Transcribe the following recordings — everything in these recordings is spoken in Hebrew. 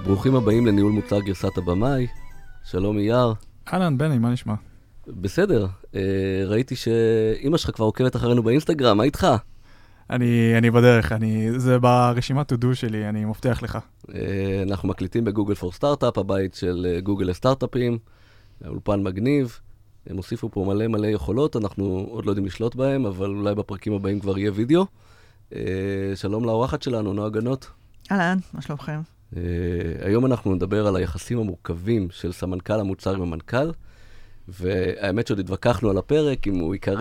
ברוכים הבאים לניהול מוצר גרסת הבמאי. שלום אייר. אהלן, בני, מה נשמע? בסדר. ראיתי שאמא שלך כבר עוקבת אחרינו באינסטגרם, מה איתך? אני בדרך, זה ברשימת to do שלי, אני מבטיח לך. אנחנו מקליטים בגוגל פור סטארט-אפ, הבית של גוגל לסטארט-אפים, אולפן מגניב. הם הוסיפו פה מלא יכולות, אנחנו עוד לא יודעים לשלוט בהם, אבל אולי בפרקים הבאים כבר יהיה וידאו. שלום לאורחת שלנו, נועה גנות. אהלן, מה שלומכם? היום אנחנו נדבר על היחסים המורכבים של סמנכ"ל המוצר עם המנכ"ל, והאמת שעוד התווכחנו על הפרק, אם הוא יקרא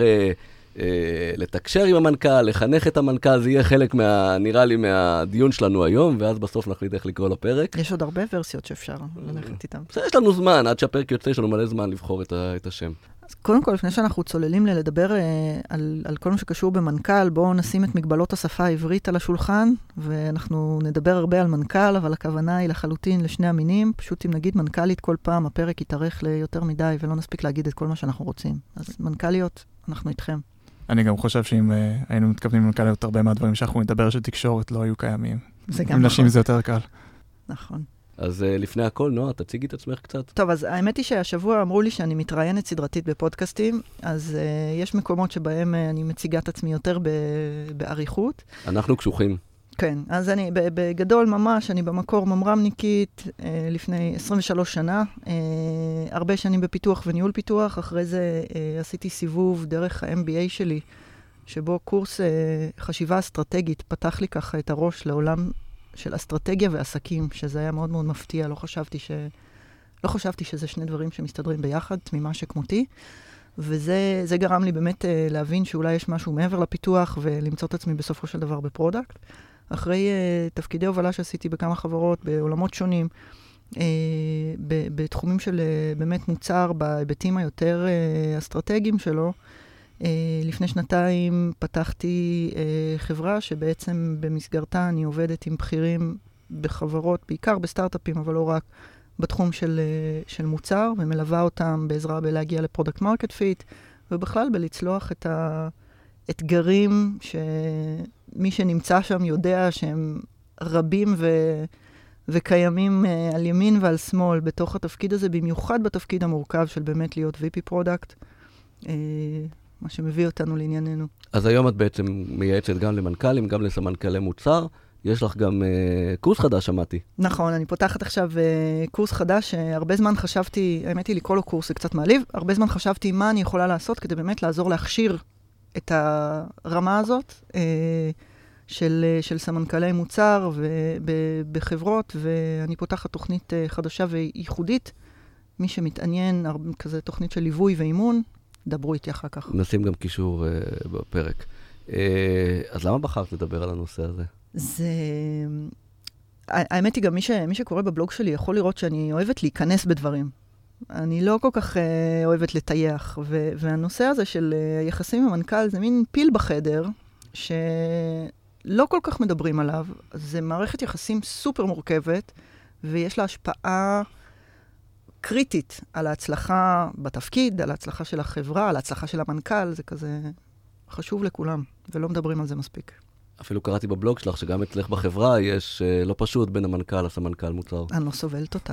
לתקשר עם המנכ"ל, לחנך את המנכ"ל, זה יהיה חלק נראה לי מהדיון שלנו היום, ואז בסוף נחליט איך לקרוא לפרק. יש עוד הרבה ורסיות שאפשר ללכת איתם. יש לנו זמן, עד שהפרק יוצא, יש לנו מלא זמן לבחור את השם. אז קודם כל, לפני שאנחנו צוללים לדבר על כל מה שקשור במנכ"ל, בואו נשים את מגבלות השפה העברית על השולחן, ואנחנו נדבר הרבה על מנכ"ל, אבל הכוונה היא לחלוטין לשני המינים. פשוט אם נגיד מנכ"לית כל פעם, הפרק יתארך ליותר מדי, ולא נספיק להגיד את כל מה שאנחנו רוצים. אז מנכ"ליות, אנחנו איתכם. אני גם חושב שאם היינו מתכוונים למנכ"ליות, הרבה מהדברים שאנחנו נדבר של תקשורת לא היו קיימים. זה גם נכון. עם נשים זה יותר קל. נכון. אז לפני הכל, נועה, תציגי את עצמך קצת. טוב, אז האמת היא שהשבוע אמרו לי שאני מתראיינת סדרתית בפודקאסטים, אז יש מקומות שבהם אני מציגה את עצמי יותר בעריכות. אנחנו קשוחים. כן, אז אני בגדול ממש, אני במקור ממרמניקית לפני 23 שנה, הרבה שנים בפיתוח וניהול פיתוח, אחרי זה עשיתי סיבוב דרך ה-MBA שלי, שבו קורס חשיבה אסטרטגית פתח לי ככה את הראש לעולם של אסטרטגיה ועסקים, שזה היה מאוד מאוד מפתיע, לא חשבתי שזה שני דברים שמסתדרים ביחד, תמימה שכמותי, וזה גרם לי באמת להבין שאולי יש משהו מעבר לפיתוח, ולמצוא את עצמי בסופו של דבר בפרודקט. אחרי תפקידי הובלה שעשיתי בכמה חברות, בעולמות שונים, בתחומים של באמת מוצר, בהיבטים היותר אסטרטגיים שלו, לפני שנתיים פתחתי חברה שבעצם במסגרתה אני עובדת עם בכירים בחברות, בעיקר בסטארט-אפים, אבל לא רק, בתחום של מוצר, ומלווה אותם בעזרה בלהגיע לפרודקט מרקט פיט, ובכלל בלצלוח את האתגרים שמי שנמצא שם יודע שהם רבים וקיימים על ימין ועל שמאל בתוך התפקיד הזה, במיוחד בתפקיד המורכב של באמת להיות VP פרודקט, מה שמביא אותנו לענייננו. אז היום את בעצם מייעצת גם למנכ"לים, גם לסמנכ"לי מוצר. יש לך גם קורס חדש, שמעתי. נכון, אני פותחת עכשיו קורס חדש, הרבה זמן חשבתי, האמת היא לקרוא לו קורס, זה קצת מעליב, הרבה זמן חשבתי מה אני יכולה לעשות כדי באמת לעזור להכשיר את הרמה הזאת של סמנכ"לי מוצר בחברות, ואני פותחת תוכנית חדשה וייחודית, מי שמתעניין, כזה תוכנית של ליווי ואימון, דברו איתי אחר כך. נשים גם קישור בפרק. אז למה בחרת לדבר על הנושא הזה? האמת היא גם מי שקורא בבלוג שלי יכול לראות שאני אוהבת להיכנס בדברים. אני לא כל כך אוהבת לטייח, והנושא הזה של יחסים עם המנכ"ל זה מין פיל בחדר, שלא כל כך מדברים עליו. זה מערכת יחסים סופר מורכבת, ויש לה השפעה קריטית על ההצלחה בתפקיד, על ההצלחה של החברה, על ההצלחה של המנכ"ל, זה כזה חשוב לכולם, ולא מדברים על זה מספיק. אפילו קראתי בבלוג שלך שגם אצלך בחברה יש לא פשוט בין המנכ"ל לסמנכ"ל מוצר. אני לא סובלת אותה.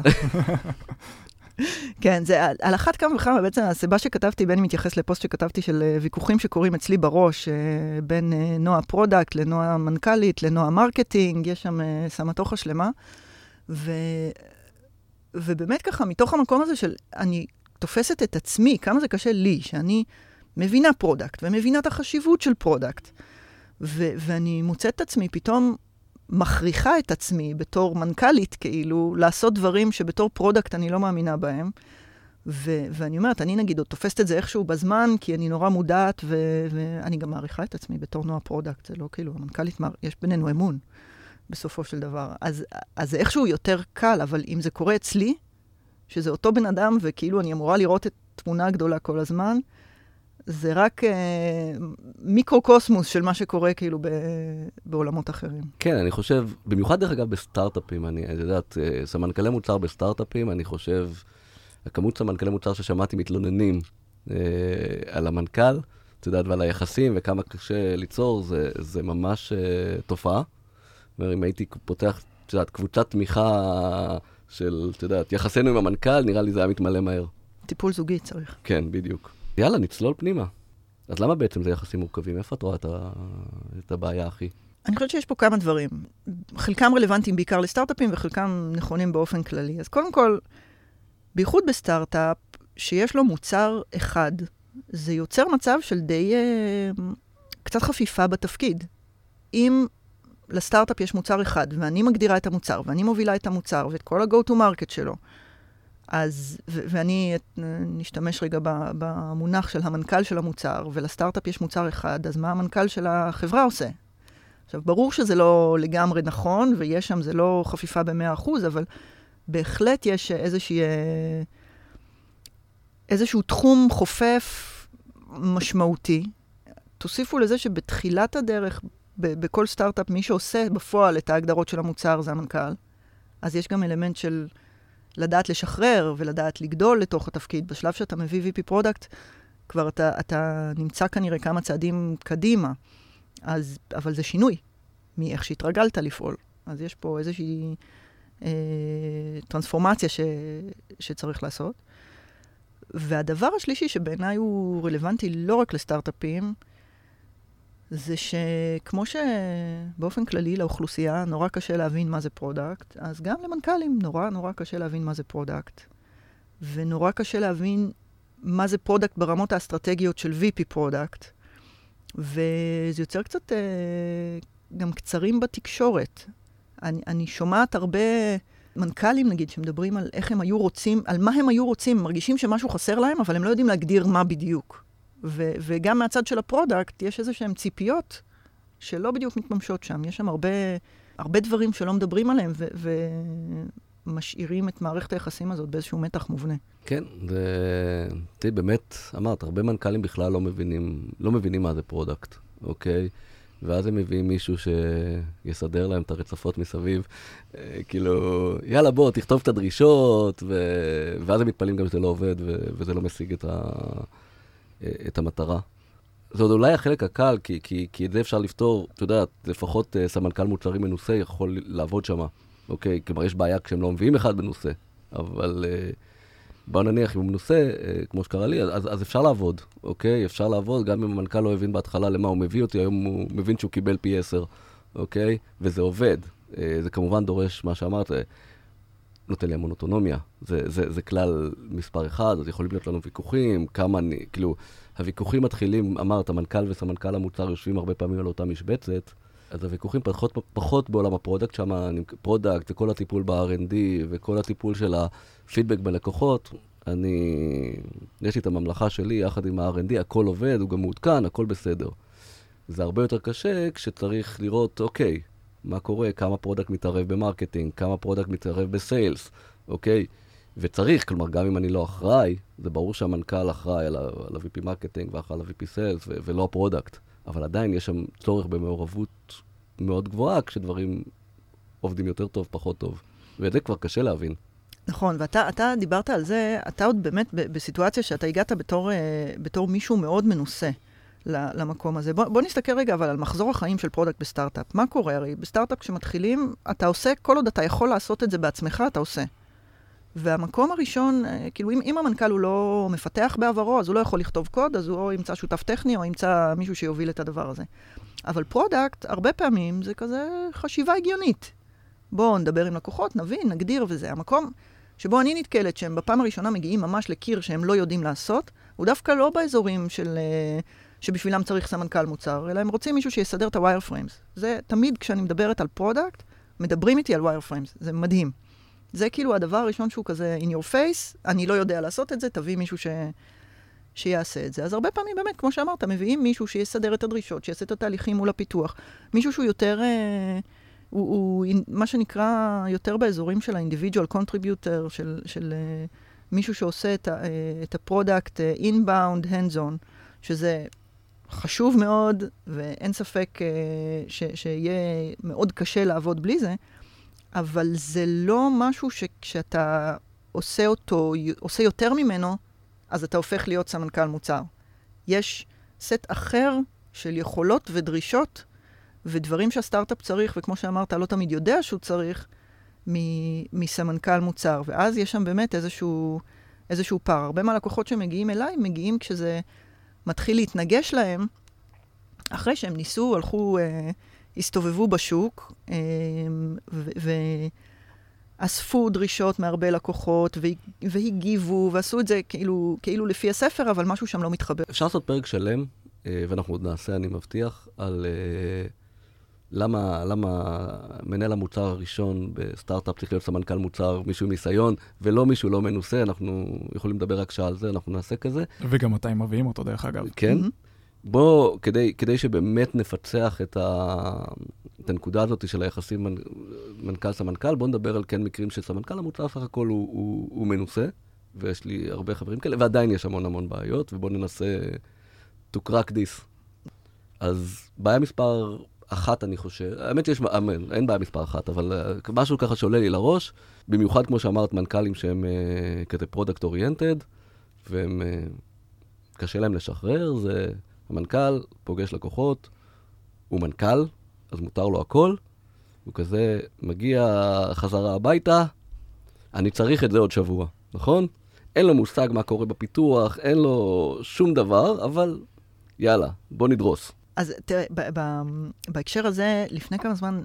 כן, זה על אחת כמה וכמה, בעצם הסיבה שכתבתי, בין אם מתייחס לפוסט שכתבתי של ויכוחים שקורים אצלי בראש, בין נועה פרודקט לנועה מנכ"לית, לנועה מרקטינג, יש שם סמטוחה שלמה, ובאמת ככה, מתוך המקום הזה של אני תופסת את עצמי, כמה זה קשה לי, שאני מבינה פרודקט, ומבינה את החשיבות של פרודקט, ואני מוצאת את עצמי, פתאום מכריחה את עצמי בתור מנכ"לית, כאילו, לעשות דברים שבתור פרודקט אני לא מאמינה בהם. ואני אומרת, אני נגיד עוד תופסת את זה איכשהו בזמן, כי אני נורא מודעת, ואני גם מעריכה את עצמי בתור נועה פרודקט. זה לא כאילו, המנכ"לית, יש בינינו אמון בסופו של דבר. אז זה איכשהו יותר קל, אבל אם זה קורה אצלי, שזה אותו בן אדם, וכאילו אני אמורה לראות את תמונה הגדולה כל הזמן, זה רק מיקרוקוסמוס של מה שקורה כאילו בעולמות אחרים. כן, אני חושב, במיוחד דרך אגב בסטארט-אפים, אני יודעת, סמנכ"לי מוצר בסטארט-אפים, אני חושב, הכמות סמנכ"לי מוצר ששמעתי מתלוננים על המנכ"ל, את יודעת, ועל היחסים וכמה קשה ליצור, זה ממש תופעה. זאת אומרת, אם הייתי פותח את יודעת, קבוצת תמיכה של, את יודעת, יחסנו עם המנכ"ל, נראה לי זה היה מתמלא מהר. טיפול זוגי צריך. כן, בדיוק. יאללה, נצלול פנימה. אז למה בעצם זה יחסים מורכבים? איפה את רואה את הבעיה, אחי? אני חושבת שיש פה כמה דברים. חלקם רלוונטיים בעיקר לסטארט-אפים, וחלקם נכונים באופן כללי. אז קודם כל, בייחוד בסטארט-אפ, שיש לו מוצר אחד, זה יוצר מצב של די קצת חפיפה בתפקיד. אם לסטארט-אפ יש מוצר אחד, ואני מגדירה את המוצר, ואני מובילה את המוצר, ואת כל ה-go-to-market שלו, אז, ואני נשתמש רגע במונח של המנכ"ל של המוצר, ולסטארט-אפ יש מוצר אחד, אז מה המנכ"ל של החברה עושה? עכשיו, ברור שזה לא לגמרי נכון, ויש שם, זה לא חפיפה ב100%, אבל בהחלט יש איזשהו תחום חופף משמעותי. תוסיפו לזה שבתחילת הדרך, בכל סטארט-אפ, מי שעושה בפועל את ההגדרות של המוצר זה המנכ"ל. אז יש גם אלמנט של לדעת לשחרר ולדעת לגדול לתוך התפקיד. בשלב שאתה מביא VP פרודקט, כבר אתה נמצא כנראה כמה צעדים קדימה. אבל זה שינוי מאיך שהתרגלת לפעול. אז יש פה איזושהי טרנספורמציה שצריך לעשות. והדבר השלישי שבעיניי הוא רלוונטי לא רק לסטארט-אפים, זה שכמו שבאופן כללי לאוכלוסייה נורא קשה להבין מה זה פרודקט, אז גם למנכ"לים נורא קשה להבין מה זה פרודקט. ונורא קשה להבין מה זה פרודקט ברמות האסטרטגיות של VP פרודקט. וזה יוצר קצת גם קצרים בתקשורת. אני שומעת הרבה מנכ"לים, נגיד, שמדברים על איך הם היו רוצים, על מה הם היו רוצים, מרגישים שמשהו חסר להם, אבל הם לא יודעים להגדיר מה בדיוק. וגם מהצד של הפרודקט, יש איזשהם ציפיות שלא בדיוק מתממשות שם. יש שם הרבה דברים שלא מדברים עליהם, ומשאירים את מערכת היחסים הזאת באיזשהו מתח מובנה. כן, תראי, באמת, אמרת, הרבה מנכ"לים בכלל לא מבינים מה זה פרודקט, אוקיי? ואז הם מביאים מישהו שיסדר להם את הרצפות מסביב, כאילו, יאללה בוא, תכתוב את הדרישות, ואז הם מתפעלים גם שזה לא עובד, וזה לא משיג את המטרה. זה עוד אולי החלק הקל, כי את זה אפשר לפתור, אתה יודע, לפחות סמנכ"ל מוצרים מנוסה יכול לעבוד שם, אוקיי? כלומר, יש בעיה כשהם לא מביאים אחד בנושא, אבל בוא נניח, אם הוא מנוסה, כמו שקרה לי, אז אפשר לעבוד, אוקיי? אפשר לעבוד, גם אם המנכ"ל לא הבין בהתחלה למה הוא מביא אותי, היום הוא מבין שהוא קיבל פי 10, אוקיי? וזה עובד. זה כמובן דורש, מה שאמרת, נותן לי המון אוטונומיה. זה כלל מספר אחד, אז יכולים להיות לנו ויכוחים, כאילו, הוויכוחים מתחילים, אמרת, המנכ"ל וסמנכ"ל המוצר יושבים הרבה פעמים על אותה משבצת, אז הוויכוחים פחות בעולם הפרודקט, שם פרודקט זה כל הטיפול ב-R&D וכל הטיפול של הפידבק בלקוחות. יש לי את הממלכה שלי יחד עם ה-R&D, הכל עובד, הוא גם מעודכן, הכל בסדר. זה הרבה יותר קשה כשצריך לראות, אוקיי, מה קורה, כמה פרודקט מתערב במרקטינג, כמה פרודקט מתערב בסיילס, אוקיי? וצריך, כלומר, גם אם אני לא אחראי, זה ברור שהמנכ"ל אחראי על ה-VP מרקטינג ואחראי על ה-VP סיילס ולא הפרודקט. אבל עדיין יש שם צורך במעורבות מאוד גבוהה, כשדברים עובדים יותר טוב, פחות טוב. ואת זה כבר קשה להבין. נכון, ואתה דיברת על זה, אתה עוד באמת בסיטואציה שאתה הגעת בתור מישהו מאוד מנוסה למקום הזה. בוא נסתכל רגע אבל על מחזור החיים של פרודקט בסטארט-אפ. מה קורה? הרי בסטארט-אפ כשמתחילים, אתה עושה, כל עוד אתה יכול לעשות את זה בעצמך, אתה עושה. והמקום הראשון, כאילו אם המנכ"ל הוא לא מפתח בעברו, אז הוא לא יכול לכתוב קוד, אז הוא או ימצא שותף טכני, או ימצא מישהו שיוביל את הדבר הזה. אבל פרודקט, הרבה פעמים זה כזה חשיבה הגיונית. בואו נדבר עם לקוחות, נבין, נגדיר וזה. המקום שבו אני נתקלת שהם בפעם הראשונה מגיעים ממש לקיר שהם לא יודעים לעשות, הוא דווקא לא באזורים שבשבילם צריך סמנכ"ל מוצר, אלא הם רוצים מישהו שיסדר את ה-wire frames. זה תמיד כשאני מדברת על פרודקט, מדברים איתי על wire frames. זה מדהים. זה כאילו הדבר הראשון שהוא כזה in your face, אני לא יודע לעשות את זה, תביא מישהו שיעשה את זה. אז הרבה פעמים באמת, כמו שאמרת, מביאים מישהו שיסדר את הדרישות, שיעשה את התהליכים מול הפיתוח. מישהו שהוא יותר, הוא מה שנקרא יותר באזורים של ה-individual contributor, של מישהו שעושה את הפרודקט inbound, hands-on, שזה חשוב מאוד, ואין ספק שיהיה מאוד קשה לעבוד בלי זה, אבל זה לא משהו שכשאתה עושה יותר ממנו, אז אתה הופך להיות סמנכ"ל מוצר. יש סט אחר של יכולות ודרישות ודברים שהסטארט-אפ צריך, וכמו שאמרת, לא תמיד יודע שהוא צריך, מסמנכ"ל מוצר. ואז יש שם באמת איזשהו פער. הרבה מהלקוחות שמגיעים אליי, מגיעים כשזה מתחיל להתנגש להם, אחרי שהם ניסו, הלכו, הסתובבו בשוק, ואספו דרישות מהרבה לקוחות, והגיבו, ועשו את זה כאילו לפי הספר, אבל משהו שם לא מתחבר. אפשר לעשות פרק שלם, ואנחנו עוד נעשה, אני מבטיח, על למה מנהל המוצר הראשון בסטארט-אפ צריך להיות סמנכ"ל מוצר, מישהו עם ניסיון, ולא מישהו לא מנוסה, אנחנו יכולים לדבר רק שעה על זה, אנחנו נעשה כזה. וגם מתי מביאים אותו דרך אגב. כן. בוא, כדי שבאמת נפצח את הנקודה הזאת של היחסים מנכ"ל-סמנכ"ל, בוא נדבר על כן מקרים שסמנכ"ל המוצר סך הכל הוא מנוסה, ויש לי הרבה חברים כאלה, ועדיין יש המון בעיות, ובוא ננסה to crack this. אז בעיה מספר 1, אני חושב, האמת שיש, אין בעיה מספר 1, אבל משהו ככה שעולה לי לראש, במיוחד כמו שאמרת, מנכ"לים שהם כזה פרודקט אוריינטד, והם קשה להם לשחרר, זה המנכ"ל פוגש לקוחות, הוא מנכ"ל, אז מותר לו הכל, הוא כזה מגיע חזרה הביתה, אני צריך את זה עוד שבוע, נכון? אין לו מושג מה קורה בפיתוח, אין לו שום דבר, אבל יאללה, בוא נדרוס. אז תראה, בהקשר הזה, לפני כמה זמן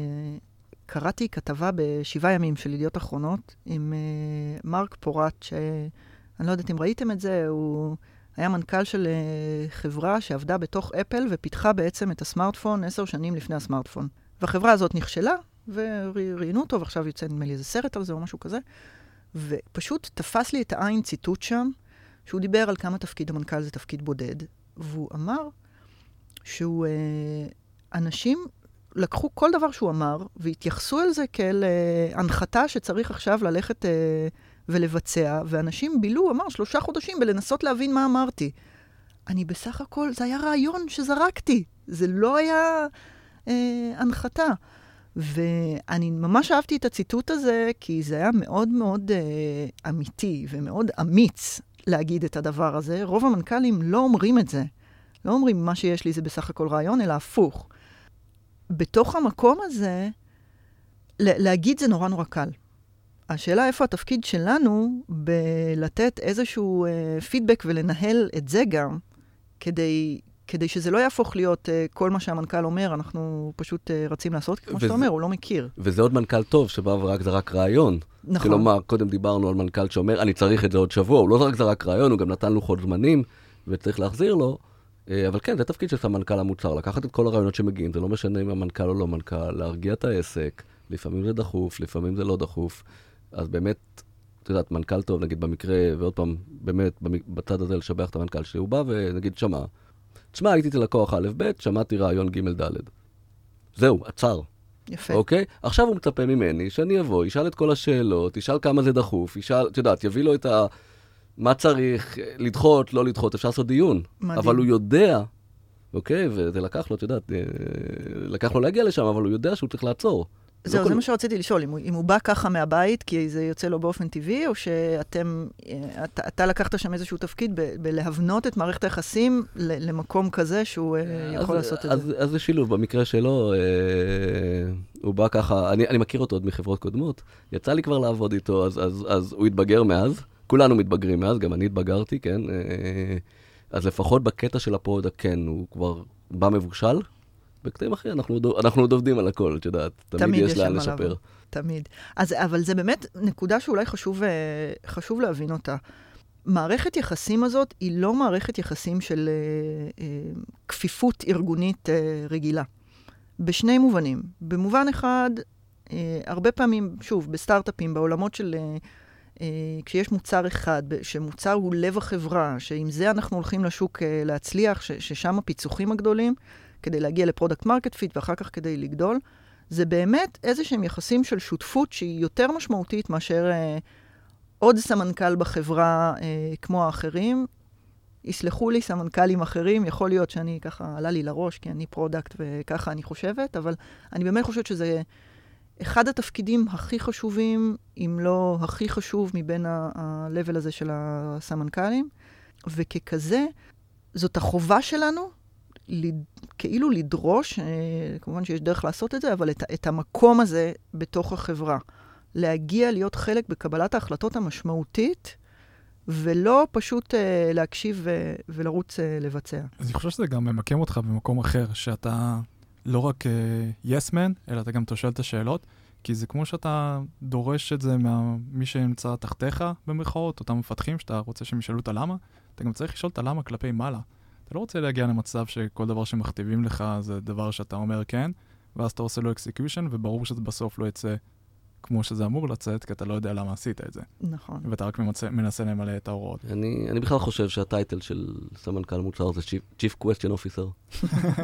קראתי כתבה ב7 ימים של ידיעות אחרונות עם מרק פורט, שאני לא יודעת אם ראיתם את זה, הוא היה מנכ"ל של חברה שעבדה בתוך אפל ופיתחה בעצם את הסמארטפון 10 שנים לפני הסמארטפון. והחברה הזאת נכשלה, וראיינו אותו, ועכשיו יוצא נדמה לי איזה סרט על זה או משהו כזה, ופשוט תפס לי את העין ציטוט שם, שהוא דיבר על כמה תפקיד המנכ"ל זה תפקיד בודד, והוא אמר שהוא, אנשים לקחו כל דבר שהוא אמר, והתייחסו אל זה כאל הנחתה שצריך עכשיו ללכת ולבצע, ואנשים בילו, אמר, 3 חודשים בלנסות להבין מה אמרתי. אני בסך הכל, זה היה רעיון שזרקתי, זה לא היה הנחתה. ואני ממש אהבתי את הציטוט הזה, כי זה היה מאוד מאוד אמיתי ומאוד אמיץ להגיד את הדבר הזה. רוב המנכ"לים לא אומרים את זה. לא אומרים מה שיש לי זה בסך הכל רעיון, אלא הפוך. בתוך המקום הזה, להגיד זה נורא קל. השאלה איפה התפקיד שלנו בלתת איזשהו פידבק ולנהל את זה גם, כדי שזה לא יהפוך להיות כל מה שהמנכ"ל אומר, אנחנו פשוט רצים לעשות, כמו שאתה אומר, הוא לא מכיר. וזה עוד מנכ"ל טוב, שבא ורק זרק רעיון. נכון. כלומר, קודם דיברנו על מנכ"ל שאומר, אני צריך את זה עוד שבוע, הוא לא רק זרק רעיון, הוא גם נתן לוחות זמנים, וצריך להחזיר לו. אבל כן, זה תפקיד של סמנכ"ל המוצר, לקחת את כל הרעיונות שמגיעים, זה לא משנה אם המנכ"ל או לא מנכ"ל, להרגיע את העסק, לפעמים זה דחוף, לפעמים זה לא דחוף. אז באמת, אתה יודעת, מנכ"ל טוב, נגיד במקרה, ועוד פעם, באמת, בצד הזה לשבח את המנכ"ל שלי, הוא בא ונגיד, תשמע, הייתי אצל לקוח א' ב', שמעתי רעיון ג' ד'. זהו, עצר. יפה. אוקיי? עכשיו הוא מצפה ממני שאני אבוא, ישאל את כל השאלות, ישאל כמה זה דחוף, ישאל, אתה יודעת, יביא לו את מה צריך, לדחות, לא לדחות, אפשר לעשות דיון. מדהים. אבל הוא יודע, אוקיי? וזה לקח לו, אתה יודעת, לקח לו להגיע לשם, אבל הוא יודע שהוא צריך לעצור. זהו, זה מה שרציתי לשאול, אם הוא בא ככה מהבית, כי זה יוצא לו באופן טבעי, או אתה לקחת שם איזשהו תפקיד בלהבנות את מערכת היחסים למקום כזה שהוא יכול לעשות את זה. אז זה שילוב, במקרה שלו, הוא בא ככה, אני מכיר אותו עוד מחברות קודמות, יצא לי כבר לעבוד איתו, אז הוא התבגר מאז, כולנו מתבגרים מאז, גם אני התבגרתי, כן? אז לפחות בקטע של הפרודקט, כן, הוא כבר בא מבושל, בקטעים אחרים, אנחנו עוד עובדים על הכל, את יודעת, תמיד יש לאן לשפר. תמיד. אבל זה באמת נקודה שאולי חשוב להבין אותה. מערכת יחסים הזאת היא לא מערכת יחסים של כפיפות ארגונית רגילה. בשני מובנים. במובן אחד, הרבה פעמים, שוב, בסטארט-אפים, בעולמות של כשיש מוצר אחד, שמוצר הוא לב החברה, שעם זה אנחנו הולכים לשוק להצליח, ששם הפיצוחים הגדולים, כדי להגיע לפרודקט מרקט פיט, ואחר כך כדי לגדול, זה באמת איזשהם יחסים של שותפות שהיא יותר משמעותית מאשר עוד סמנכ"ל בחברה כמו האחרים. יסלחו לי סמנכ"לים אחרים, יכול להיות שאני ככה עלה לי לראש, כי אני פרודקט וככה אני חושבת, אבל אני באמת חושבת שזה אחד התפקידים הכי חשובים, אם לא הכי חשוב מבין ה-level הזה של הסמנכ"לים, וככזה, זאת החובה שלנו כאילו לדרוש, כמובן שיש דרך לעשות את זה, אבל את המקום הזה בתוך החברה. להגיע להיות חלק בקבלת ההחלטות המשמעותית, ולא פשוט להקשיב ולרוץ לבצע. אז אני חושב שזה גם ממקם אותך במקום אחר, שאתה לא רק yes man, אלא אתה גם תושל את השאלות, כי זה כמו שאתה דורש את זה ממי שנמצא תחתיך במרכאות, אותם מפתחים, שאתה רוצה שהם ישאלו את הלמה, אתה גם צריך לשאול את הלמה כלפי מעלה. אתה לא רוצה להגיע למצב שכל דבר שמכתיבים לך זה דבר שאתה אומר כן, ואז אתה עושה לו execution, וברור שזה בסוף לא יצא כמו שזה אמור לצאת, כי אתה לא יודע למה עשית את זה. נכון. ואתה רק מנסה למלא את ההוראות. אני בכלל חושב שהטייטל של סמנכ"ל מוצר זה Chief Question Officer.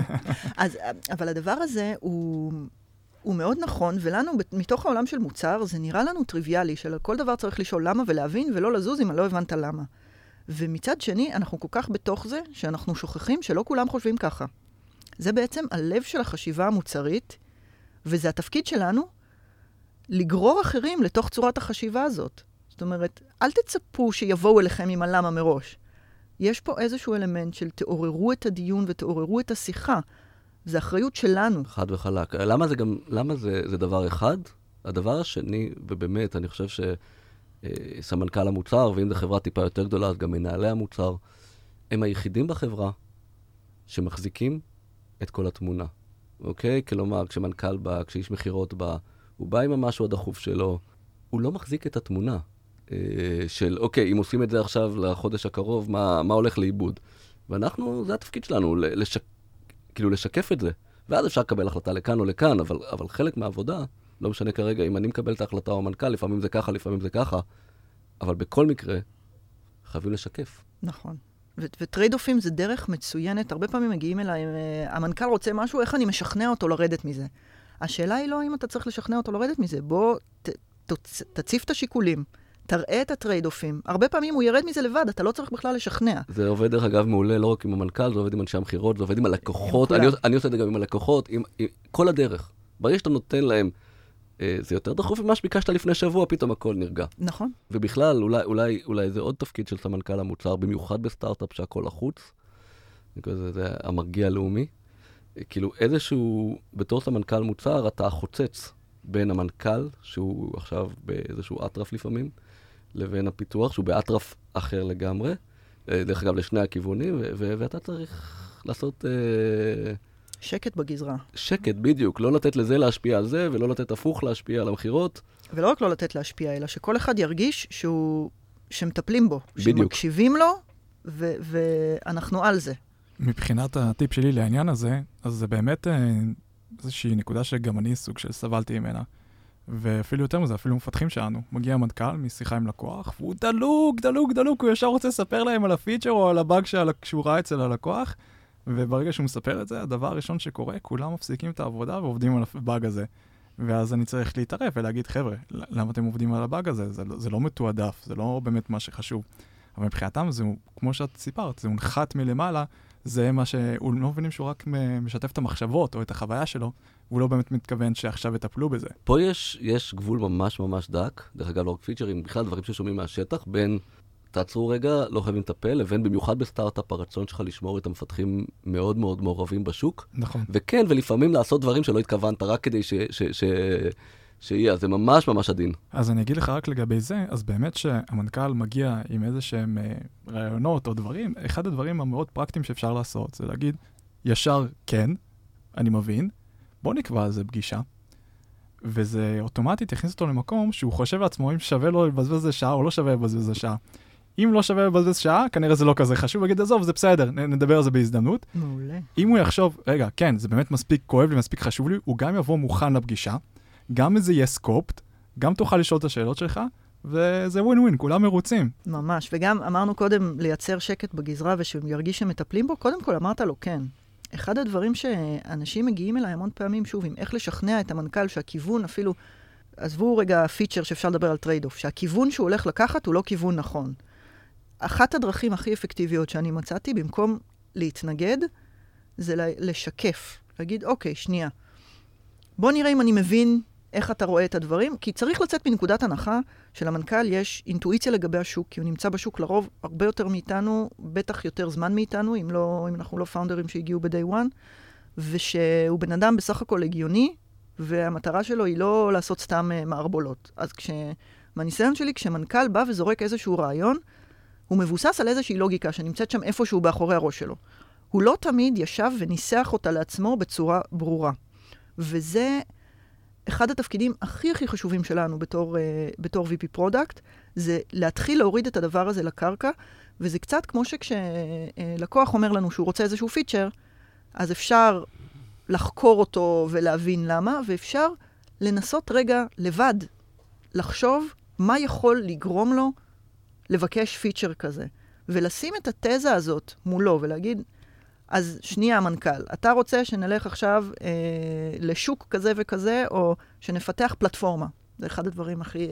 אבל הדבר הזה הוא מאוד נכון, ולנו, מתוך העולם של מוצר, זה נראה לנו טריוויאלי, של כל דבר צריך לשאול למה ולהבין, ולא לזוז אם לא הבנת למה. ומצד שני, אנחנו כל כך בתוך זה, שאנחנו שוכחים שלא כולם חושבים ככה. זה בעצם הלב של החשיבה המוצרית, וזה התפקיד שלנו, לגרור אחרים לתוך צורת החשיבה הזאת. זאת אומרת, אל תצפו שיבואו אליכם עם הלמה מראש. יש פה איזשהו אלמנט של תעוררו את הדיון ותעוררו את השיחה. זה אחריות שלנו. חד וחלק. למה זה דבר אחד? הדבר השני, ובאמת, אני חושב שסמנכ"ל המוצר, ואם זו חברה טיפה יותר גדולה, אז גם מנהלי המוצר, הם היחידים בחברה שמחזיקים את כל התמונה. אוקיי? כלומר, כשמנכ"ל בא, כשאיש מחירות בא, הוא בא עם המשהו הדחוף שלו, הוא לא מחזיק את התמונה של, אוקיי, אם עושים את זה עכשיו לחודש הקרוב, מה הולך לאיבוד? ואנחנו, זה התפקיד שלנו, כאילו לשקף את זה. ואז אפשר לקבל החלטה לכאן או לכאן, אבל חלק מהעבודה, לא משנה כרגע, אם אני מקבל את ההחלטה או המנכ"ל, לפעמים זה ככה, לפעמים זה ככה, אבל בכל מקרה, חייבים לשקף. נכון. וטרייד-אופים זה דרך מצוינת. הרבה פעמים מגיעים אליי, המנכ"ל רוצה משהו, איך אני משכנע אותו לרדת מזה? השאלה היא לא אם אתה צריך לשכנע אותו לרדת מזה. בוא תציף את השיקולים, תראה את הטרייד-אופים. הרבה פעמים הוא ירד מזה לבד, אתה לא צריך בכלל לשכנע. זה עובד דרך אגב מעולה, לא רק עם המנכ"ל, זה עובד עם אנשי המחירות, זה עובד עם הלקוחות. אני עושה את זה גם עם הלקוחות, עם כל הדרך. ברגע שאתה נותן להם, זה יותר דחוף ממה שביקשת לפני שבוע, פתאום הכל נרגע. נכון. ובכלל, אולי זה עוד תפקיד של סמנכ"ל המוצר, במיוחד בסטארט-אפ שהכל החוץ. זה המרגיע הלאומי. כאילו איזשהו, בתור סמנכ"ל מוצר, אתה חוצץ בין המנכ"ל, שהוא עכשיו באיזשהו אטרף לפעמים, לבין הפיתוח, שהוא באטרף אחר לגמרי, דרך אגב לשני הכיוונים, ואתה צריך לעשות... שקט בגזרה. שקט, בדיוק. לא לתת לזה להשפיע על זה, ולא לתת הפוך להשפיע על המחירות. ולא רק לא לתת להשפיע, אלא שכל אחד ירגיש שמטפלים בו. בדיוק. שמקשיבים לו, ואנחנו על זה. מבחינת הטיפ שלי לעניין הזה, אז זה באמת איזושהי נקודה שגם אני סוג של סבלתי ממנה. ואפילו יותר מזה, אפילו מפתחים שלנו. מגיע המנכ"ל משיחה עם לקוח, והוא דלוק, הוא ישר רוצה לספר להם על הפיצ'ר או על הבאג שהוא ראה אצל הלקוח, וברגע שהוא מספר את זה, הדבר הראשון שקורה, כולם מפסיקים את העבודה ועובדים על הבאג הזה. ואז אני צריך להתערב ולהגיד, חבר'ה, למה אתם עובדים על הבאג הזה? זה לא מתועדף, זה לא באמת מה שחשוב. אבל מבחינתם זה, כמו שאת סיפרת, זה הונחת מלמעלה, זה מה שהוא לא מבינים שהוא רק משתף את המחשבות או את החוויה שלו, והוא לא באמת מתכוון שעכשיו יטפלו בזה. פה יש גבול ממש ממש דק, דרך אגב לא רק פיצ'רים, בכלל דברים ששומעים מהשטח, בין תעצרו רגע, לא חייבים לטפל, לבין במיוחד בסטארט-אפ הרצון שלך לשמור את המפתחים מאוד מאוד מעורבים בשוק. נכון. וכן, ולפעמים לעשות דברים שלא התכוונת רק כדי שיהיה, זה ממש ממש עדין. אז אני אגיד לך רק לגבי זה, אז באמת שהמנכ"ל מגיע עם איזה שהם רעיונות או דברים, אחד הדברים המאוד פרקטיים שאפשר לעשות, זה להגיד, ישר כן, אני מבין, בוא נקבע על זה פגישה, וזה אוטומטית יכניס אותו למקום שהוא חושב לעצמו אם שווה לו לבזבז שעה או לא שווה לבזבז שעה. אם לא שווה לבזבז שעה, כנראה זה לא כזה חשוב, להגיד, עזוב, זה בסדר, נדבר על זה בהזדמנות. מעולה. אם הוא יחשוב, רגע, כן, זה באמת מספיק כואב לי, מספיק חשוב לי, הוא גם יבוא מוכן לפגישה, גם זה יהיה סקופט, גם תוכל לשאול את השאלות שלך, וזה ווין ווין, כולם מרוצים. ממש, וגם אמרנו קודם לייצר שקט בגזרה ושהם ירגיש שמטפלים בו, קודם כל אמרת לו כן. אחד הדברים שאנשים מגיעים אליי המון פעמים, שוב, עם איך לשכנע את המנכ"ל שהכיוון אפילו, עזבו רגע פיצ'ר שאפשר לדבר על טרייד-אוף, שהכיוון שהוא הולך לקחת הוא לא כיוון נכון. אחת הדרכים הכי אפקטיביות שאני מצאתי, במקום להתנגד, זה לשקף. להגיד, אוקיי, שנייה. בוא נראה אם אני מבין איך אתה רואה את הדברים, כי צריך לצאת מנקודת הנחה שלמנכ"ל יש אינטואיציה לגבי השוק, כי הוא נמצא בשוק לרוב הרבה יותר מאיתנו, בטח יותר זמן מאיתנו, אם אנחנו לא פאונדרים שהגיעו ב-day one, ושהוא בן אדם בסך הכל הגיוני, והמטרה שלו היא לא לעשות סתם מערבולות. אז מהניסיון שלי, כשמנכ"ל בא וזורק איזשהו רעיון, הוא מבוסס על איזושהי לוגיקה שנמצאת שם איפשהו באחורי הראש שלו. הוא לא תמיד ישב וניסח אותה לעצמו בצורה ברורה. וזה אחד התפקידים הכי חשובים שלנו בתור VP Product, זה להתחיל להוריד את הדבר הזה לקרקע, וזה קצת כמו שכשלקוח אומר לנו שהוא רוצה איזשהו פיצ'ר, אז אפשר לחקור אותו ולהבין למה, ואפשר לנסות רגע לבד, לחשוב מה יכול לגרום לו לבקש פיצ'ר כזה, ולשים את התזה הזאת מולו ולהגיד, אז שנייה המנכ"ל, אתה רוצה שנלך עכשיו לשוק כזה וכזה, או שנפתח פלטפורמה. זה אחד הדברים הכי...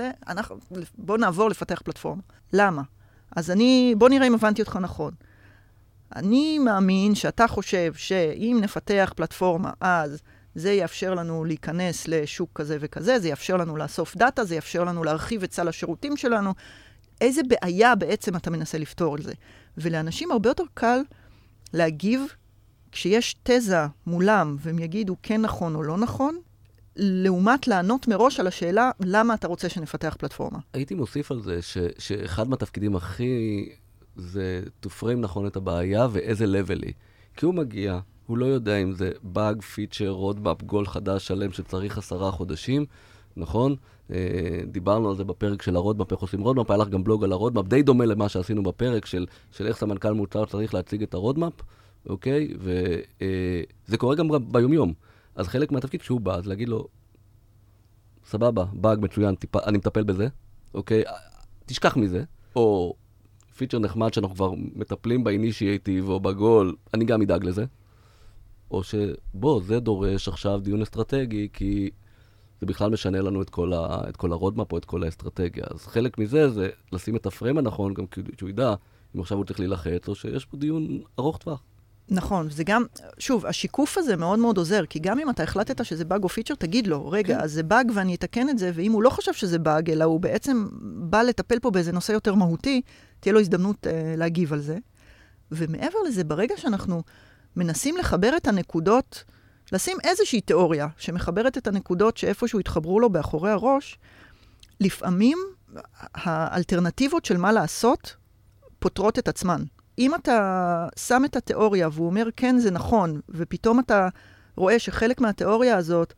בוא נעבור לפתח פלטפורמה. למה? אז בוא נראה אם הבנתי אותך נכון. אני מאמין שאתה חושב שאם נפתח פלטפורמה, אז זה יאפשר לנו להיכנס לשוק כזה וכזה, זה יאפשר לנו לאסוף דאטה, זה יאפשר לנו להרחיב את סל השירותים שלנו. איזה בעיה בעצם אתה מנסה לפתור על זה? ולאנשים הרבה יותר קל להגיב כשיש תזה מולם, והם יגידו כן נכון או לא נכון, לעומת לענות מראש על השאלה למה אתה רוצה שנפתח פלטפורמה. הייתי מוסיף על זה שאחד מהתפקידים הכי זה to frame נכון את הבעיה ואיזה level היא. כי הוא מגיע, הוא לא יודע אם זה bug, feature, roadmap, גול חדש שלם שצריך 10 חודשים, נכון? דיברנו על זה בפרק של הרודמאפ, איך עושים רודמאפ, היה לך גם בלוג על הרודמאפ, די דומה למה שעשינו בפרק של איך סמנכ"ל מוצר צריך להציג את הרודמאפ, אוקיי? וזה קורה גם ביומיום. אז חלק מהתפקיד כשהוא בא, אז להגיד לו, סבבה, באג מצוין, אני מטפל בזה, אוקיי? תשכח מזה, או פיצ'ר נחמד שאנחנו כבר מטפלים באינישייטיב או בגול, אני גם אדאג לזה. או שבוא, זה דורש עכשיו דיון אסטרטגי, כי זה בכלל משנה לנו את כל הרודמאפ או את כל האסטרטגיה. אז חלק מזה זה לשים את הפריים הנכון, גם שהוא ידע אם עכשיו הוא צריך להילחץ, או שיש פה דיון ארוך טווח. נכון, זה גם, שוב, השיקוף הזה מאוד מאוד עוזר, כי גם אם אתה החלטת שזה באג או פיצ'ר, תגיד לו, רגע, אז זה באג ואני אתקן את זה, ואם הוא לא חושב שזה באג, אלא הוא בעצם בא לטפל פה באיזה נושא יותר מהותי, תהיה לו הזדמנות להגיב על זה. ומעבר לזה, ברגע שאנחנו מנסים לחבר את הנקודות, לשים איזושהי תיאוריה שמחברת את הנקודות שאיפשהו התחברו לו באחורי הראש, לפעמים האלטרנטיבות של מה לעשות פותרות את עצמן. אם אתה שם את התיאוריה והוא אומר כן זה נכון, ופתאום אתה רואה שחלק מהתיאוריה הזאת,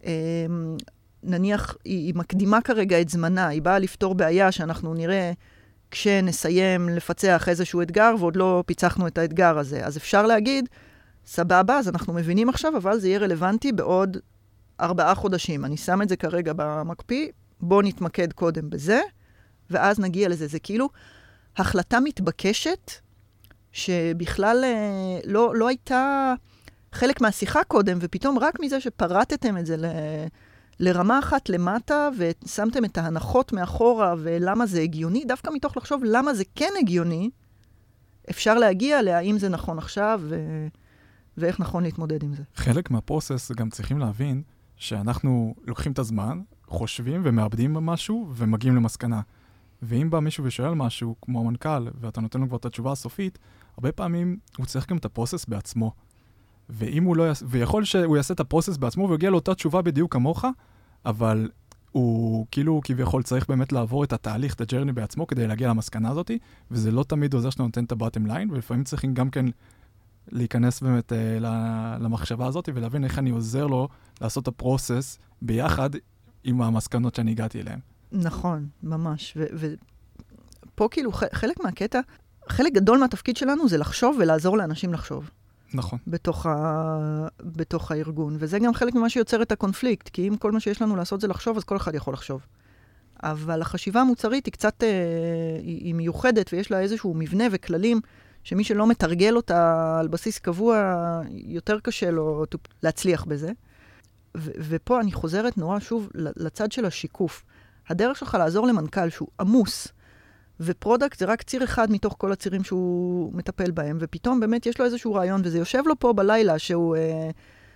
נניח היא מקדימה כרגע את זמנה, היא באה לפתור בעיה שאנחנו נראה כשנסיים לפצח איזשהו אתגר, ועוד לא פיצחנו את האתגר הזה. אז אפשר להגיד, סבבה, אז אנחנו מבינים עכשיו, אבל זה יהיה רלוונטי בעוד 4 חודשים. אני שם את זה כרגע במקפיא, בוא נתמקד קודם בזה, ואז נגיע לזה. זה כאילו החלטה מתבקשת, שבכלל לא הייתה חלק מהשיחה קודם, ופתאום רק מזה שפרטתם את זה לרמה אחת למטה, ושמתם את ההנחות מאחורה, ולמה זה הגיוני, דווקא מתוך לחשוב למה זה כן הגיוני, אפשר להגיע להאם זה נכון עכשיו, ואיך נכון להתמודד עם זה. חלק מהפרוסס גם צריכים להבין, שאנחנו לוקחים את הזמן, חושבים ומאבדים משהו, ומגיעים למסקנה. ואם בא מישהו ושואל משהו, כמו המנכ"ל, ואתה נותן לו כבר את התשובה הסופית, הרבה פעמים הוא צריך גם את הפרוסס בעצמו. ויכול שהוא יעשה את הפרוסס בעצמו, ויגיע לאותה תשובה בדיוק כמוך, אבל הוא כאילו כביכול צריך באמת לעבור את התהליך, את הג'רני בעצמו, כדי להגיע למסקנה הזאת, וזה לא תמיד עוזר שאתה נותן את הבוטם ליין, ולפעמים צריכים גם כן להיכנס באמת למחשבה הזאת, ולהבין איך אני עוזר לו לעשות את הפרוסס ביחד עם המסקנות שאני הגעתי אליהן. נכון, ממש. ופה כאילו חלק מהקטע, חלק גדול מהתפקיד שלנו זה לחשוב ולעזור לאנשים לחשוב. נכון. בתוך הארגון. וזה גם חלק ממה שיוצר את הקונפליקט, כי אם כל מה שיש לנו לעשות זה לחשוב, אז כל אחד יכול לחשוב. אבל החשיבה המוצרית היא קצת, היא מיוחדת, ויש לה איזשהו מבנה וכללים, שמי שלא מתרגל אותה על בסיס קבוע, יותר קשה לו להצליח בזה. ופה אני חוזרת נורא שוב לצד של השיקוף. הדרך שלך לעזור למנכ"ל שהוא עמוס, ופרודקט זה רק ציר אחד מתוך כל הצירים שהוא מטפל בהם, ופתאום באמת יש לו איזשהו רעיון, וזה יושב לו פה בלילה שהוא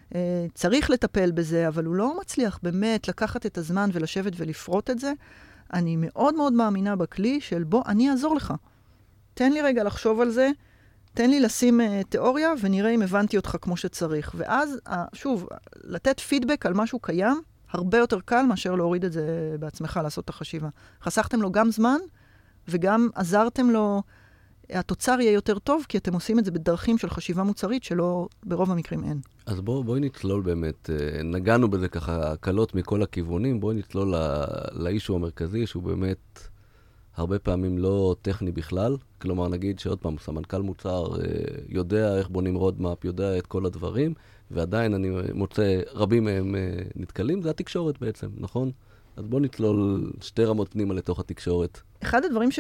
צריך לטפל בזה, אבל הוא לא מצליח באמת לקחת את הזמן ולשבת ולפרוט את זה. אני מאוד מאוד מאמינה בכלי של בוא, אני אעזור לך. תן לי רגע לחשוב על זה, תן לי לשים תיאוריה, ונראה אם הבנתי אותך כמו שצריך. ואז, שוב, לתת פידבק על משהו קיים, הרבה יותר קל מאשר להוריד את זה בעצמך, לעשות את החשיבה. חסכתם לו גם זמן, וגם עזרתם לו, התוצר יהיה יותר טוב, כי אתם עושים את זה בדרכים של חשיבה מוצרית, שלא ברוב המקרים אין. אז בואי נצלול באמת, נגענו בזה ככה קלות מכל הכיוונים, בואי נצלול לאישו המרכזי, שהוא באמת הרבה פעמים לא טכני בכלל, כלומר נגיד שעוד פעם, סמנכ"ל מוצר יודע איך בונים רודמאפ, יודע את כל הדברים, ועדיין אני מוצא רבים מהם נתקלים, זה התקשורת בעצם, נכון? אז בואו נצלול שתי רמות פנימה לתוך התקשורת. אחד הדברים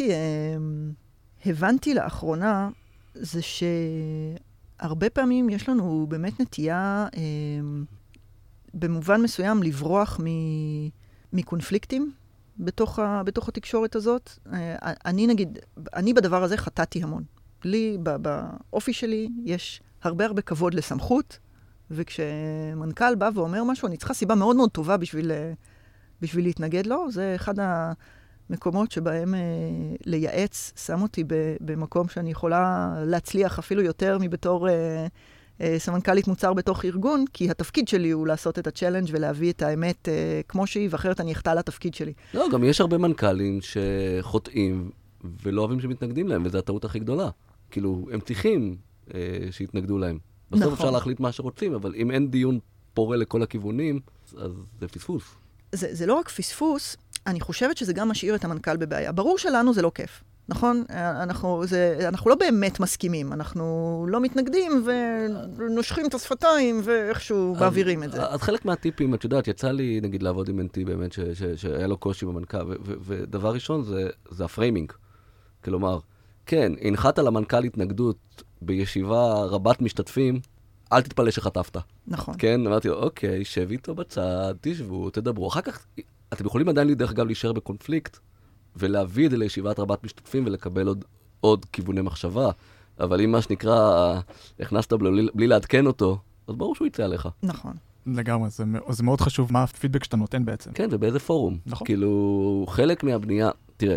הבנתי לאחרונה, זה שהרבה פעמים יש לנו באמת נטייה, במובן מסוים, לברוח מקונפליקטים בתוך התקשורת הזאת. אני בדבר הזה חטאתי המון. לי, באופי שלי, יש הרבה כבוד לסמכות, וכשמנכ"ל בא ואומר משהו, אני צריכה סיבה מאוד מאוד טובה בשביל להתנגד לו. זה אחד מקומות שבהם לייעץ שם אותי במקום שאני יכולה להצליח אפילו יותר מבתור סמנכ"לית מוצר בתוך ארגון, כי התפקיד שלי הוא לעשות את הצ'לנג' ולהביא את האמת כמו שהיא, ואחרת אני אחטא לתפקיד שלי. לא, גם יש הרבה מנכ"לים שחוטאים ולא אוהבים שמתנגדים להם, וזו הטעות הכי גדולה. כאילו, הם צריכים שיתנגדו להם. בסוף נכון. אפשר להחליט מה שרוצים, אבל אם אין דיון פורה לכל הכיוונים, אז זה פספוס. זה לא רק פספוס, אני חושבת שזה גם משאיר את המנכ"ל בבעיה. ברור שלנו זה לא כיף, נכון? אנחנו לא באמת מסכימים, אנחנו לא מתנגדים ונושכים את השפתיים ואיכשהו מעבירים את זה. אז חלק מהטיפים, את יודעת, יצא לי נגיד לעבוד עם NT באמת שהיה לו קושי במנכ"ל, ודבר ראשון זה הפריימינג. כלומר, כן, הנחת על המנכ"ל התנגדות בישיבה רבת משתתפים, אל תתפלא שחטפת. נכון. כן, אמרתי לו, אוקיי, שב איתו בצד, תשבו, תדברו. אחר כך, אתם יכולים עדיין דרך אגב להישאר בקונפליקט, ולהביא את זה לישיבת רבת משתתפים, ולקבל עוד כיווני מחשבה. אבל אם מה שנקרא, הכנסת בלי לעדכן אותו, אז ברור שהוא יצא עליך. נכון. לגמרי, זה מאוד חשוב מה הפידבק שאתה נותן בעצם. כן, ובאיזה פורום. נכון. כאילו, חלק מהבנייה, תראה,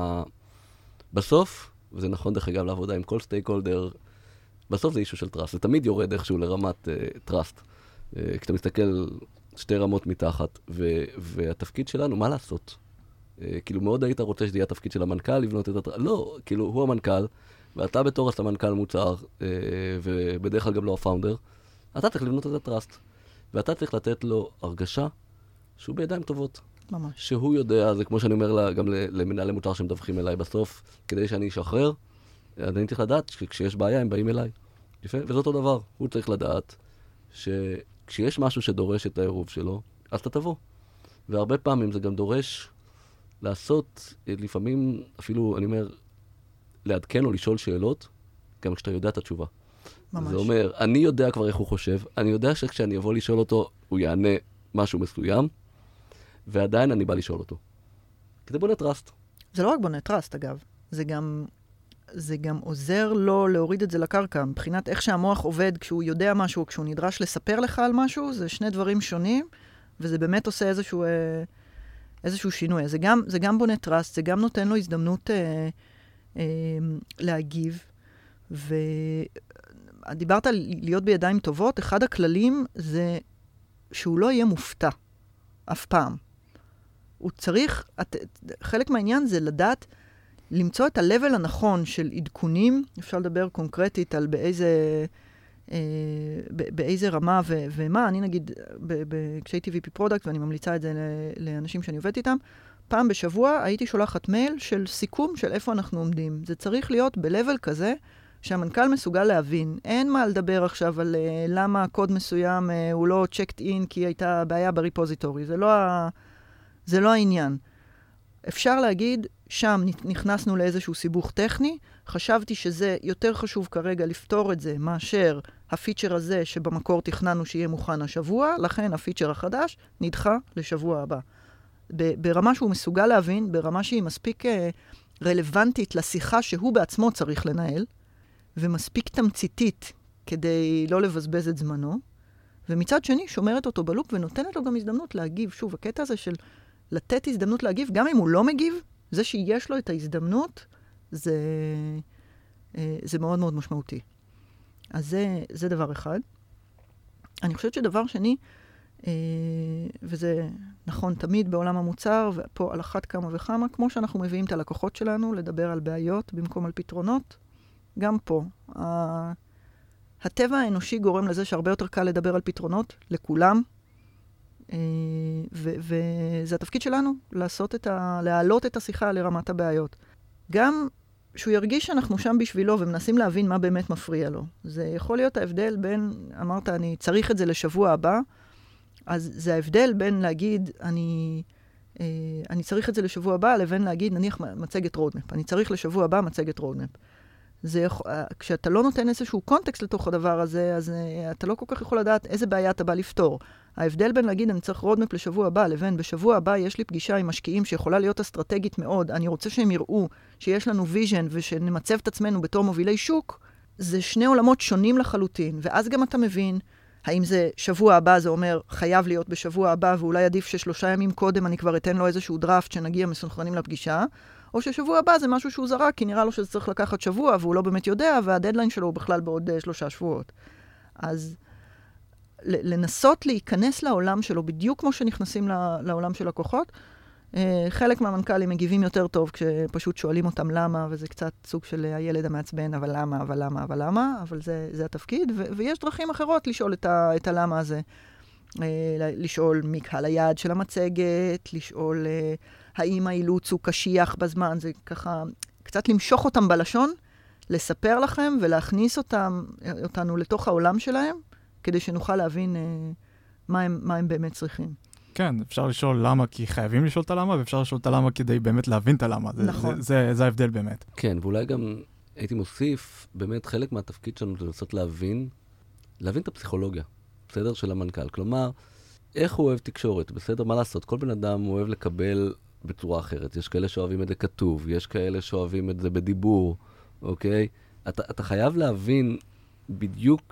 בסוף, וזה נכון דרך אגב לעבודה עם כל סטייק-הולדר, בסוף זה אישו של טראסט, זה תמיד יורד איכשהו לרמת טראסט. כשאתה מסתכל שתי רמות מתחת, והתפקיד שלנו, מה לעשות? כאילו מאוד היית רוצה שזה יהיה התפקיד של המנכ"ל, לבנות את הטראסט. לא, כאילו הוא המנכ"ל, ואתה בתור הסמנכ"ל מוצר, ובדרך כלל גם לא הפאונדר, אתה צריך לבנות את הטראסט. ואתה צריך לתת לו הרגשה שהוא בידיים טובות. ממש. שהוא יודע, זה כמו שאני אומר גם למנהלי מוצר שמדווחים אליי בסוף, כדי שאני אשחרר, אני צריך לדעת שכשיש בעיה הם באים אליי. יפה? וזה אותו דבר. הוא צריך לדעת שכשיש משהו שדורש את העירוב שלו, אז אתה תבוא. והרבה פעמים זה גם דורש לעשות, לפעמים אפילו, אני אומר, לעדכן או לשאול שאלות, גם כשאתה יודע את התשובה. ממש. זה אומר, אני יודע כבר איך הוא חושב, אני יודע שכשאני אבוא לשאול אותו, הוא יענה משהו מסוים, ועדיין אני בא לשאול אותו. כי זה בונה טראסט. זה לא רק בונה טראסט, אגב. זה גם עוזר לו להוריד את זה לקרקע. מבחינת איך שהמוח עובד כשהוא יודע משהו, כשהוא נדרש לספר לך על משהו, זה שני דברים שונים, וזה באמת עושה איזשהו שינוי. זה גם בונה טראסט, זה גם נותן לו הזדמנות להגיב. ודיברת על להיות בידיים טובות, אחד הכללים זה שהוא לא יהיה מופתע, אף פעם. הוא צריך, חלק מהעניין זה לדעת למצוא את ה-level הנכון של עדכונים, אפשר לדבר קונקרטית על באיזה רמה ומה. אני נגיד, כשהייתי VP פרודקט, ואני ממליצה את זה לאנשים שאני עובדת איתם, פעם בשבוע הייתי שולחת מייל של סיכום של איפה אנחנו עומדים. זה צריך להיות ב-level כזה, שהמנכ"ל מסוגל להבין. אין מה לדבר עכשיו על למה קוד מסוים הוא לא checked in כי הייתה בעיה בריפוזיטורי. זה לא העניין. אפשר להגיד, שם נכנסנו לאיזשהו סיבוך טכני, חשבתי שזה יותר חשוב כרגע לפתור את זה מאשר הפיצ'ר הזה שבמקור תכננו שיהיה מוכן השבוע, לכן הפיצ'ר החדש נדחה לשבוע הבא. ברמה שהוא מסוגל להבין, ברמה שהיא מספיק רלוונטית לשיחה שהוא בעצמו צריך לנהל, ומספיק תמציתית כדי לא לבזבז את זמנו, ומצד שני שומרת אותו בלופ ונותנת לו גם הזדמנות להגיב. שוב, הקטע הזה של לתת הזדמנות להגיב, גם אם הוא לא מגיב, זה שיש לו את ההזדמנות, זה מאוד מאוד משמעותי. אז זה דבר אחד. אני חושבת שדבר שני, וזה נכון תמיד בעולם המוצר, ופה על אחת כמה וכמה, כמו שאנחנו מביאים את הלקוחות שלנו לדבר על בעיות במקום על פתרונות, גם פה. הטבע האנושי גורם לזה שהרבה יותר קל לדבר על פתרונות, וזה התפקיד שלנו, להעלות את השיחה לרמת הבעיות. גם שהוא ירגיש שאנחנו שם בשבילו ומנסים להבין מה באמת מפריע לו. זה יכול להיות ההבדל בין, אמרת, אני צריך את זה לשבוע הבא, אז זה ההבדל בין להגיד, אני צריך את זה לשבוע הבא, לבין להגיד, נניח מצגת רודמפ. אני צריך לשבוע הבא מצגת רודמפ. כשאתה לא נותן איזשהו קונטקסט לתוך הדבר הזה, אז אתה לא כל כך יכול לדעת איזה בעיה אתה בא לפתור. ההבדל בין להגיד, אני צריך רודמפ לשבוע הבא, לבין בשבוע הבא יש לי פגישה עם משקיעים שיכולה להיות אסטרטגית מאוד, אני רוצה שהם יראו שיש לנו ויז'ן ושנמצב את עצמנו בתור מובילי שוק, זה שני עולמות שונים לחלוטין, ואז גם אתה מבין, האם זה שבוע הבא, זה אומר חייב להיות בשבוע הבא, ואולי עדיף ש3 ימים קודם אני כבר אתן לו איזשהו דראפט שנגיע מסונכרנים לפגישה, או ששבוע הבא זה משהו שהוא זרק, כי נראה לו שזה צריך לקחת שבוע, והוא לא באמת יודע, והדדליין שלו הוא בכלל בעוד 3 שבועות. אז לנסות להיכנס לעולם שלו, בדיוק כמו שנכנסים לעולם של לקוחות, חלק מהמנכ"לים מגיבים יותר טוב כשפשוט שואלים אותם למה, וזה קצת סוג של הילד המעצבן, אבל למה, אבל למה, אבל למה, אבל זה התפקיד, ויש דרכים אחרות לשאול את הלמה הזה. לשאול מי קהל היעד של המצגת, לשאול האם האילוץ הוא קשיח בזמן, זה ככה קצת למשוך אותם בלשון, לספר לכם ולהכניס אותנו לתוך העולם שלהם, כדי שנוכל להבין מה הם באמת צריכים. כן, אפשר לשאול למה, כי חייבים לשאול את הלמה, ואפשר לשאול את הלמה כדי באמת להבין את הלמה. נכון. זה ההבדל באמת. כן, ואולי גם הייתי מוסיף, באמת חלק מהתפקיד שלנו זה לנסות להבין את הפסיכולוגיה, בסדר? של המנכ"ל. כלומר, איך הוא אוהב תקשורת, בסדר? מה לעשות? כל בן אדם הוא אוהב לקבל בצורה אחרת. יש כאלה שאוהבים את זה כתוב, יש כאלה שאוהבים את זה בדיבור, אוקיי? אתה חייב להבין בדיוק,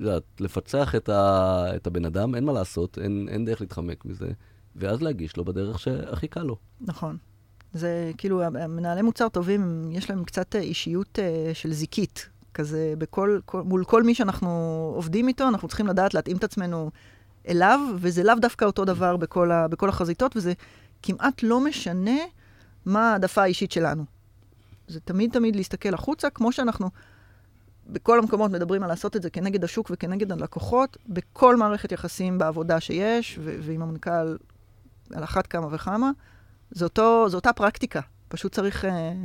לפצח את הבן אדם, אין מה לעשות, אין דרך להתחמק מזה, ואז להגיש לו בדרך שהכי קל לו. נכון. זה כאילו, מנהלי מוצר טובים, יש להם קצת אישיות של זיקית, כזה מול כל מי שאנחנו עובדים איתו, אנחנו צריכים לדעת להתאים את עצמנו אליו, וזה לאו דווקא אותו דבר בכל החזיתות, וזה כמעט לא משנה מה העדפה האישית שלנו. זה תמיד להסתכל החוצה, כמו שאנחנו בכל המקומות מדברים על לעשות את זה כנגד השוק וכנגד הלקוחות, בכל מערכת יחסים בעבודה שיש, ועם המנכ"ל על אחת כמה וכמה, זו אותה פרקטיקה. פשוט צריך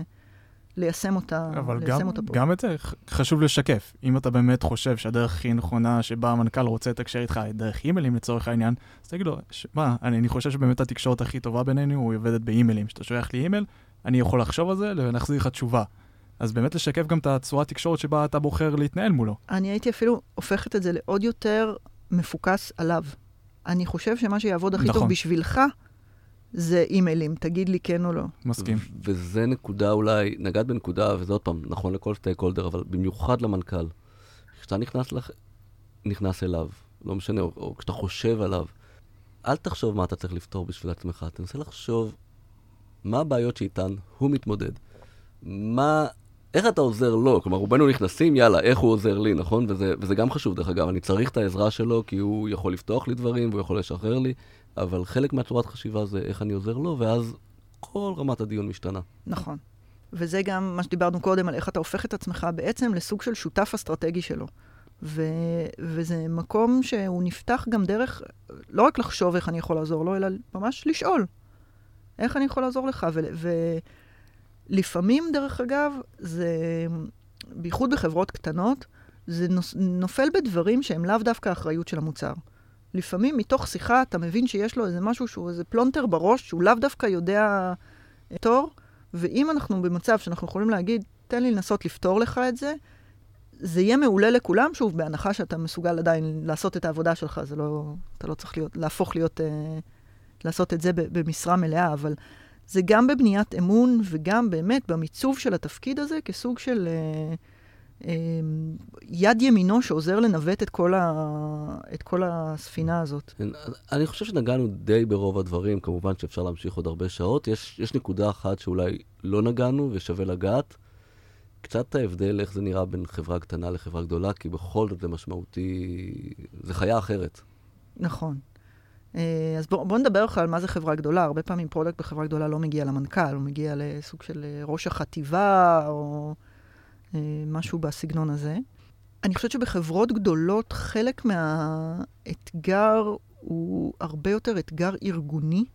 ליישם אותה פה. אבל גם את זה חשוב לשקף. אם אתה באמת חושב שהדרך הכי נכונה שבה המנכ"ל רוצה לתקשר איתך, דרך אימיילים לצורך העניין, אז תגיד לו, אני חושב שבאמת התקשורת הכי טובה בינינו, הוא עובדת באימיילים. שאתה שולח לי אימייל, אני יכול לחשוב על זה ולהחזיר לך תשובה. אז באמת לשקף גם את הצורת תקשורת שבה אתה בוחר להתנהל מולו. אני הייתי אפילו הופכת את זה לעוד יותר מפוקס עליו. אני חושב שמה שיעבוד הכי טוב בשבילך, זה אימיילים, תגיד לי כן או לא. מסכים. וזה נקודה אולי, נגעת בנקודה, וזה עוד פעם, נכון לכל סטייק-הולדר, אבל במיוחד למנכ"ל. כשאתה נכנס אליו, לא משנה, או כשאתה חושב עליו, אל תחשוב מה אתה צריך לפתור בשביל עצמך, תנסה לחשוב מה הבעיות שאיתן הוא מתמודד. איך אתה עוזר לו? כלומר, רובנו נכנסים, יאללה, איך הוא עוזר לי, נכון? וזה גם חשוב, דרך אגב, אני צריך את העזרה שלו, כי הוא יכול לפתוח לי דברים, והוא יכול לשחרר לי, אבל חלק מהצורת חשיבה זה איך אני עוזר לו, ואז כל רמת הדיון משתנה. נכון. וזה גם מה שדיברנו קודם, על איך אתה הופך את עצמך בעצם לסוג של שותף אסטרטגי שלו. וזה מקום שהוא נפתח גם דרך, לא רק לחשוב איך אני יכול לעזור לו, אלא ממש לשאול. איך אני יכול לעזור לך? לפעמים, דרך אגב, זה, בייחוד בחברות קטנות, זה נופל בדברים שהם לאו דווקא האחריות של המוצר. לפעמים, מתוך שיחה, אתה מבין שיש לו איזה משהו שהוא איזה פלונטר בראש, שהוא לאו דווקא יודע תור, ואם אנחנו במצב שאנחנו יכולים להגיד, תן לי לנסות לפתור לך את זה, זה יהיה מעולה לכולם, שוב, בהנחה שאתה מסוגל עדיין לעשות את העבודה שלך, זה לא, אתה לא צריך להפוך להיות, לעשות את זה במשרה מלאה, אבל זה גם בבניית אמון, וגם באמת במיצוב של התפקיד הזה, כסוג של יד ימינו שעוזר לנווט את כל הספינה הזאת. אני חושב שנגענו די ברוב הדברים, כמובן שאפשר להמשיך עוד הרבה שעות. יש נקודה אחת שאולי לא נגענו ושווה לגעת. קצת ההבדל איך זה נראה בין חברה קטנה לחברה גדולה, כי בכל זאת זה משמעותי, זה חיה אחרת. נכון. אז בוא נדבר בכלל על מה זה חברה גדולה. הרבה פעמים פרודקט בחברה גדולה לא מגיע למנכ"ל, הוא מגיע לסוג של ראש החטיבה, או משהו בסגנון הזה. אני חושבת שבחברות גדולות, חלק מהאתגר הוא הרבה יותר אתגר ארגוני,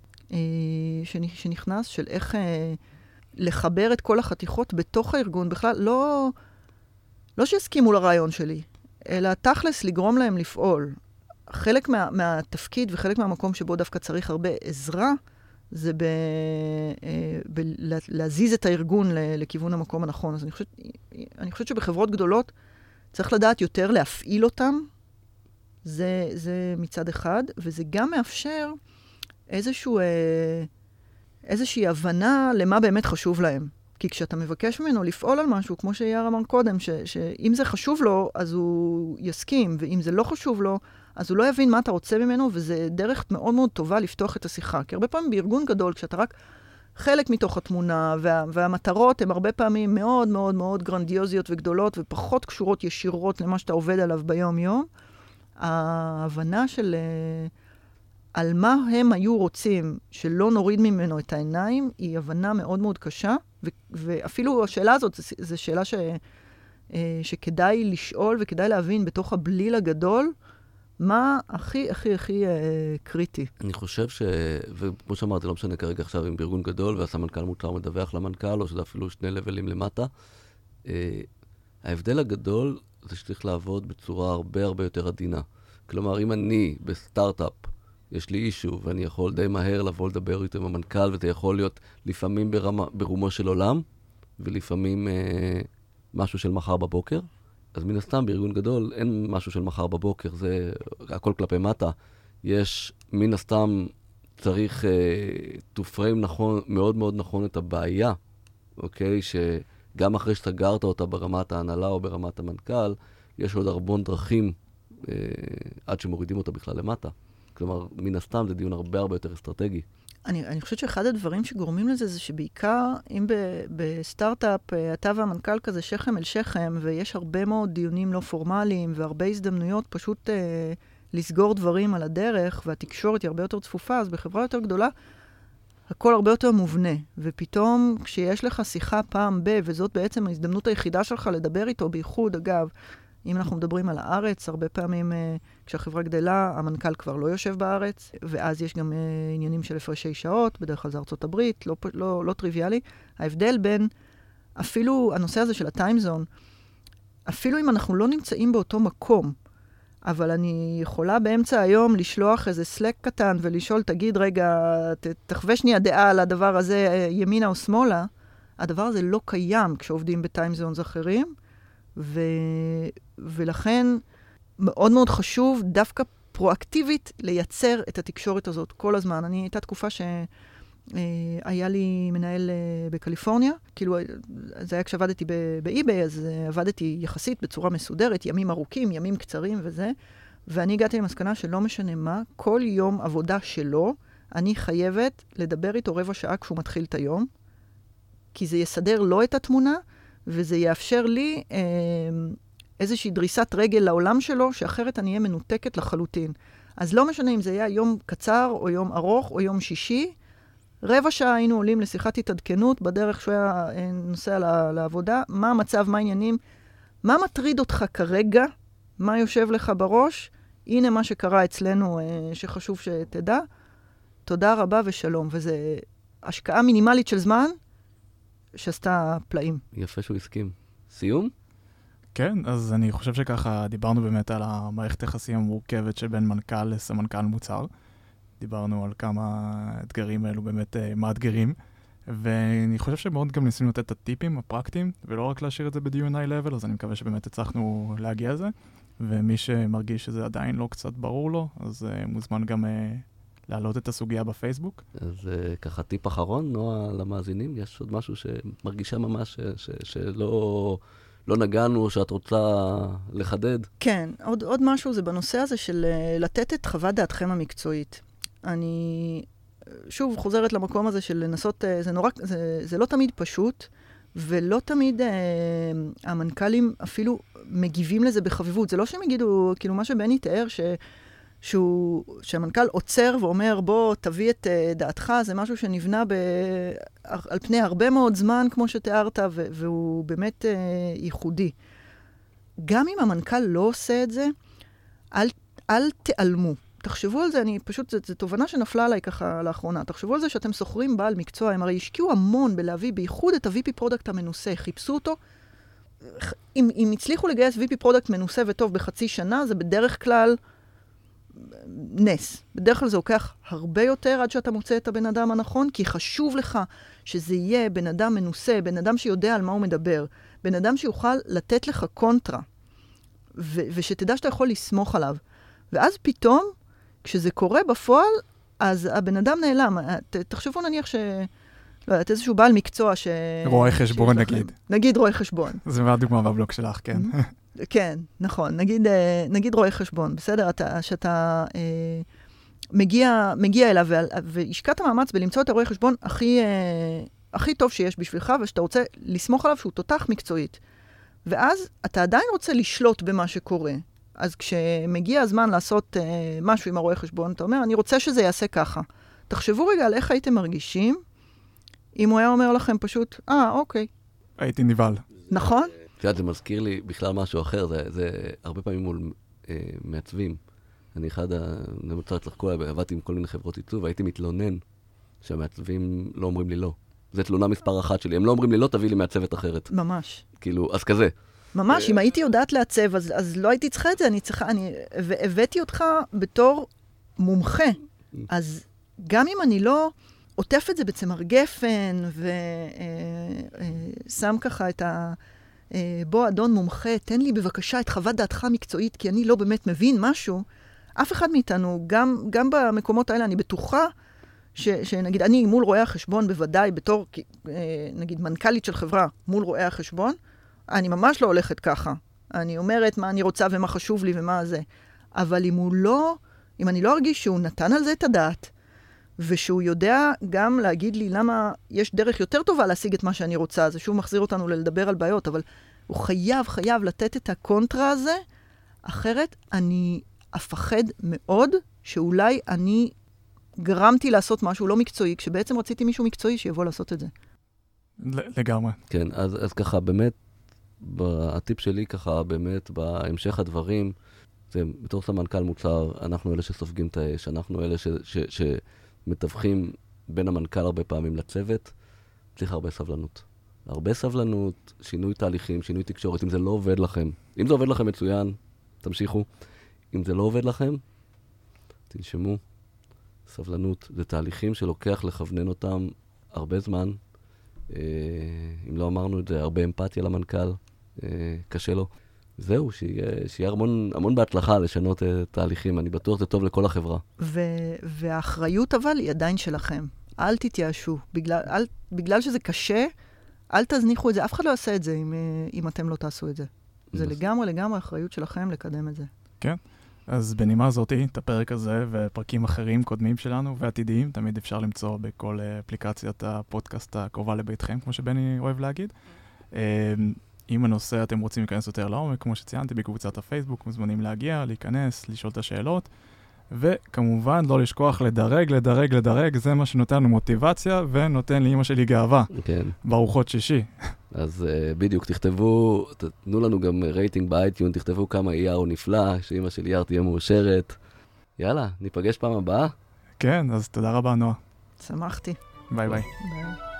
שנכנס, של איך לחבר את כל החתיכות בתוך הארגון. בכלל, לא שיסכימו לרעיון שלי, אלא תכלס לגרום להם לפעול. חלק מהתפקיד וחלק מהמקום שבו דווקא צריך הרבה עזרה, זה להזיז את הארגון לכיוון המקום הנכון. אז אני חושבת שבחברות גדולות צריך לדעת יותר להפעיל אותם. זה מצד אחד, וזה גם מאפשר איזושהי הבנה למה באמת חשוב להם. כי כשאתה מבקש ממנו לפעול על משהו, כמו שיאר אמר קודם, שאם זה חשוב לו, אז הוא יסכים, ואם זה לא חשוב לו, אז הוא לא יבין מה אתה רוצה ממנו, וזה דרך מאוד מאוד טובה לפתוח את השיחה. כי הרבה פעמים בארגון גדול, כשאתה רק חלק מתוך התמונה, והמטרות הן הרבה פעמים מאוד מאוד מאוד גרנדיוזיות וגדולות, ופחות קשורות ישירות למה שאתה עובד עליו ביום-יום, ההבנה של על מה הם היו רוצים שלא נוריד ממנו את העיניים, היא הבנה מאוד מאוד קשה, ואפילו השאלה הזאת, זו שאלה שכדאי לשאול וכדאי להבין בתוך הבליל הגדול, מה הכי הכי הכי קריטי. אני חושב וכמו שאמרתי, לא משנה כרגע עכשיו אם בארגון גדול, והסמנכ"ל מוצר מדווח למנכ"ל, או שזה אפילו 2 לבלים למטה, ההבדל הגדול זה שצריך לעבוד בצורה הרבה הרבה יותר עדינה. כלומר, אם אני בסטארט-אפ, יש לי אישו, ואני יכול די מהר לבוא לדבר איתו עם המנכ"ל, וזה יכול להיות לפעמים ברומו של עולם, ולפעמים משהו של מחר בבוקר. אז מן הסתם בארגון גדול אין משהו של מחר בבוקר, זה הכל כלפי מטה. יש מן הסתם צריך to frame נכון, מאוד מאוד נכון את הבעיה, אוקיי? שגם אחרי שסגרת אותה ברמת ההנהלה או ברמת המנכ"ל, יש עוד הרבה דרכים עד שמורידים אותה בכלל למטה. כלומר, מן הסתם זה דיון הרבה הרבה יותר אסטרטגי. אני חושבת שאחד הדברים שגורמים לזה זה שבעיקר, אם בסטארט-אפ אתה והמנכ"ל כזה שכם אל שכם, ויש הרבה מאוד דיונים לא פורמליים, והרבה הזדמנויות פשוט לסגור דברים על הדרך, והתקשורת היא הרבה יותר צפופה, אז בחברה יותר גדולה, הכל הרבה יותר מובנה. ופתאום כשיש לך שיחה פעם וזאת בעצם ההזדמנות היחידה שלך לדבר איתו, בייחוד אגב, אם אנחנו מדברים על הארץ, הרבה פעמים כשהחברה גדלה, המנכ"ל כבר לא יושב בארץ, ואז יש גם עניינים של הפרשי שעות, בדרך כלל זה ארצות הברית, לא טריוויאלי. ההבדל בין, אפילו הנושא הזה של הטיימזון, אפילו אם אנחנו לא נמצאים באותו מקום, אבל אני יכולה באמצע היום לשלוח איזה סלק קטן ולשאול, תגיד רגע, תחווה שנייה דעה על הדבר הזה, ימינה או שמאלה, הדבר הזה לא קיים כשעובדים בטיימזונס אחרים, ולכן מאוד מאוד חשוב דווקא פרואקטיבית לייצר את התקשורת הזאת כל הזמן. הייתה תקופה שהיה לי מנהל בקליפורניה, כאילו זה היה כשעבדתי באי-ביי, אז עבדתי יחסית בצורה מסודרת, ימים ארוכים, ימים קצרים וזה, ואני הגעתי למסקנה שלא משנה מה, כל יום עבודה שלו, אני חייבת לדבר איתו רבע שעה כשהוא מתחיל את היום, כי זה יסדר לו את התמונה, וזה יאפשר לי איזושהי דריסת רגל לעולם שלו, שאחרת אני אהיה מנותקת לחלוטין. אז לא משנה אם זה היה יום קצר, או יום ארוך, או יום שישי, רבע שעה היינו עולים לשיחת התעדכנות, בדרך שהוא היה נוסע לעבודה, מה המצב, מה העניינים, מה מטריד אותך כרגע, מה יושב לך בראש, הנה מה שקרה אצלנו שחשוב שתדע, תודה רבה ושלום. וזה השקעה מינימלית של זמן, שעשתה פלאים. יפה שהוא הסכים. סיום? כן, אז אני חושב שככה דיברנו באמת על המערכת היחסים המורכבת שבין מנכ"ל לסמנכ"ל מוצר. דיברנו על כמה אתגרים האלו באמת מאתגרים, ואני חושב שמאוד גם ניסינו לתת את הטיפים הפרקטיים, ולא רק להשאיר את זה ב-D&I level, אז אני מקווה שבאמת הצלחנו להגיע לזה, ומי שמרגיש שזה עדיין לא קצת ברור לו, אז מוזמן גם להעלות את הסוגיה בפייסבוק. אז ככה טיפ אחרון, נועה, למאזינים, יש עוד משהו שמרגישה ממש שלא לא נגענו או שאת רוצה לחדד? כן, עוד משהו זה בנושא הזה של לתת את חוות דעתכם המקצועית. אני שוב חוזרת למקום הזה של לנסות, זה לא תמיד פשוט, ולא תמיד המנכ"לים אפילו מגיבים לזה בחביבות. זה לא שהם יגידו, כאילו מה שבני תיאר, שהמנכ"ל עוצר ואומר, בוא תביא את דעתך, זה משהו שנבנה על פני הרבה מאוד זמן, כמו שתיארת, והוא באמת ייחודי. גם אם המנכ"ל לא עושה את זה, אל תיעלמו. תחשבו על זה, זו תובנה שנפלה עליי ככה לאחרונה. תחשבו על זה שאתם סוחרים בעל מקצוע, הם הרי השקיעו המון בלהביא בייחוד את ה-VP פרודקט המנוסה, חיפשו אותו. אם הצליחו לגייס VP פרודקט מנוסה וטוב בחצי שנה, זה בדרך כלל נס. בדרך כלל זה לוקח הרבה יותר עד שאתה מוצא את הבן אדם הנכון, כי חשוב לך שזה יהיה בן אדם מנוסה, בן אדם שיודע על מה הוא מדבר, בן אדם שיוכל לתת לך קונטרה, ושתדע שאתה יכול לסמוך עליו. ואז פתאום, כשזה קורה בפועל, אז הבן אדם נעלם. תחשבו נניח לא יודעת, איזשהו בעל מקצוע רואה חשבון נגיד. נגיד רואה חשבון. זה מהדוגמה בבלוג שלך, כן. כן, נכון. נגיד רואה חשבון, בסדר? שאתה מגיע אליו והשקעת מאמץ בלמצוא את הרואה חשבון הכי טוב שיש בשבילך, ושאתה רוצה לסמוך עליו שהוא תותח מקצועית. ואז אתה עדיין רוצה לשלוט במה שקורה. אז כשמגיע הזמן לעשות משהו עם הרואה חשבון, אתה אומר, אני רוצה שזה יעשה ככה. תחשבו רגע על איך הייתם מרגישים, אם הוא היה אומר לכם פשוט, אוקיי. הייתי נבהל. נכון? זה מזכיר לי בכלל משהו אחר, זה הרבה פעמים מול מעצבים. אני צריך לחקוע, עבדתי עם כל מיני חברות עיצוב, והייתי מתלונן שהמעצבים לא אומרים לי לא. זה תלונה מספר אחת שלי. הם לא אומרים לי לא, תביא לי מעצבת אחרת. ממש. כאילו, אז כזה. ממש, אם הייתי יודעת לעצב, אז לא הייתי צריכה את זה, והבאתי אותך בתור מומחה. אז גם אם אני לא עוטף את זה בצמר גפן, ושם ככה את בוא אדון מומחה, תן לי בבקשה את חוות דעתך המקצועית, כי אני לא באמת מבין משהו, אף אחד מאיתנו, גם במקומות האלה, אני בטוחה, שנגיד, אני מול רואי החשבון בוודאי, בתור, נגיד, מנכ"לית של חברה, מול רואי החשבון, אני ממש לא הולכת ככה. אני אומרת מה אני רוצה ומה חשוב לי ומה זה. אבל אם אני לא ארגיש שהוא נתן על זה את הדעת, ושהוא יודע גם להגיד לי למה יש דרך יותר טובה להשיג את מה שאני רוצה, זה שוב מחזיר אותנו לדבר על בעיות, אבל הוא חייב לתת את הקונטרה הזה, אחרת אני אפחד מאוד שאולי אני גרמתי לעשות משהו לא מקצועי, כשבעצם רציתי מישהו מקצועי שיבוא לעשות את זה. לגמרי. כן, אז ככה באמת, הטיפ שלי ככה באמת, בהמשך הדברים, זה בתור סמנכ"ל מוצר, אנחנו אלה שסופגים את האש, אנחנו אלה שמתווכים בין המנכ"ל הרבה פעמים לצוות, צריך הרבה סבלנות. הרבה סבלנות, שינוי תהליכים, שינוי תקשורת, אם זה לא עובד לכם. אם זה עובד לכם מצוין, תמשיכו. אם זה לא עובד לכם, תנשמו. סבלנות, זה תהליכים שלוקח לכוונן אותם הרבה זמן. אם לא אמרנו את זה, הרבה אמפתיה למנכ"ל, קשה לו. זהו, שיהיה המון בהצלחה לשנות תהליכים. אני בטוח זה טוב לכל החברה. והאחריות אבל היא עדיין שלכם. אל תתייאשו. בגלל שזה קשה, אל תזניחו את זה. אף אחד לא יעשה את זה אם אתם לא תעשו את זה. זה לגמרי אחריות שלכם לקדם את זה. כן. אז בנימה זאתי, את הפרק הזה ופרקים אחרים קודמים שלנו ועתידיים, תמיד אפשר למצוא בכל אפליקציית הפודקאסט הקרובה לביתכם, כמו שבני אוהב להגיד. אם הנושא אתם רוצים להיכנס יותר לעומק, כמו שציינתי בקבוצת הפייסבוק, מוזמנים להגיע, להיכנס, לשאול את השאלות, וכמובן לא לשכוח לדרג, זה מה שנותן לנו מוטיבציה ונותן לאמא שלי גאווה. כן. בארוחות שישי. אז בדיוק, תכתבו, תתנו לנו גם רייטינג באייטיון, תכתבו כמה אייר הוא נפלא, שאמא של אייר תהיה מאושרת. יאללה, ניפגש פעם הבאה. כן, אז תודה רבה, נועה. שמחתי. ביי ביי. ביי.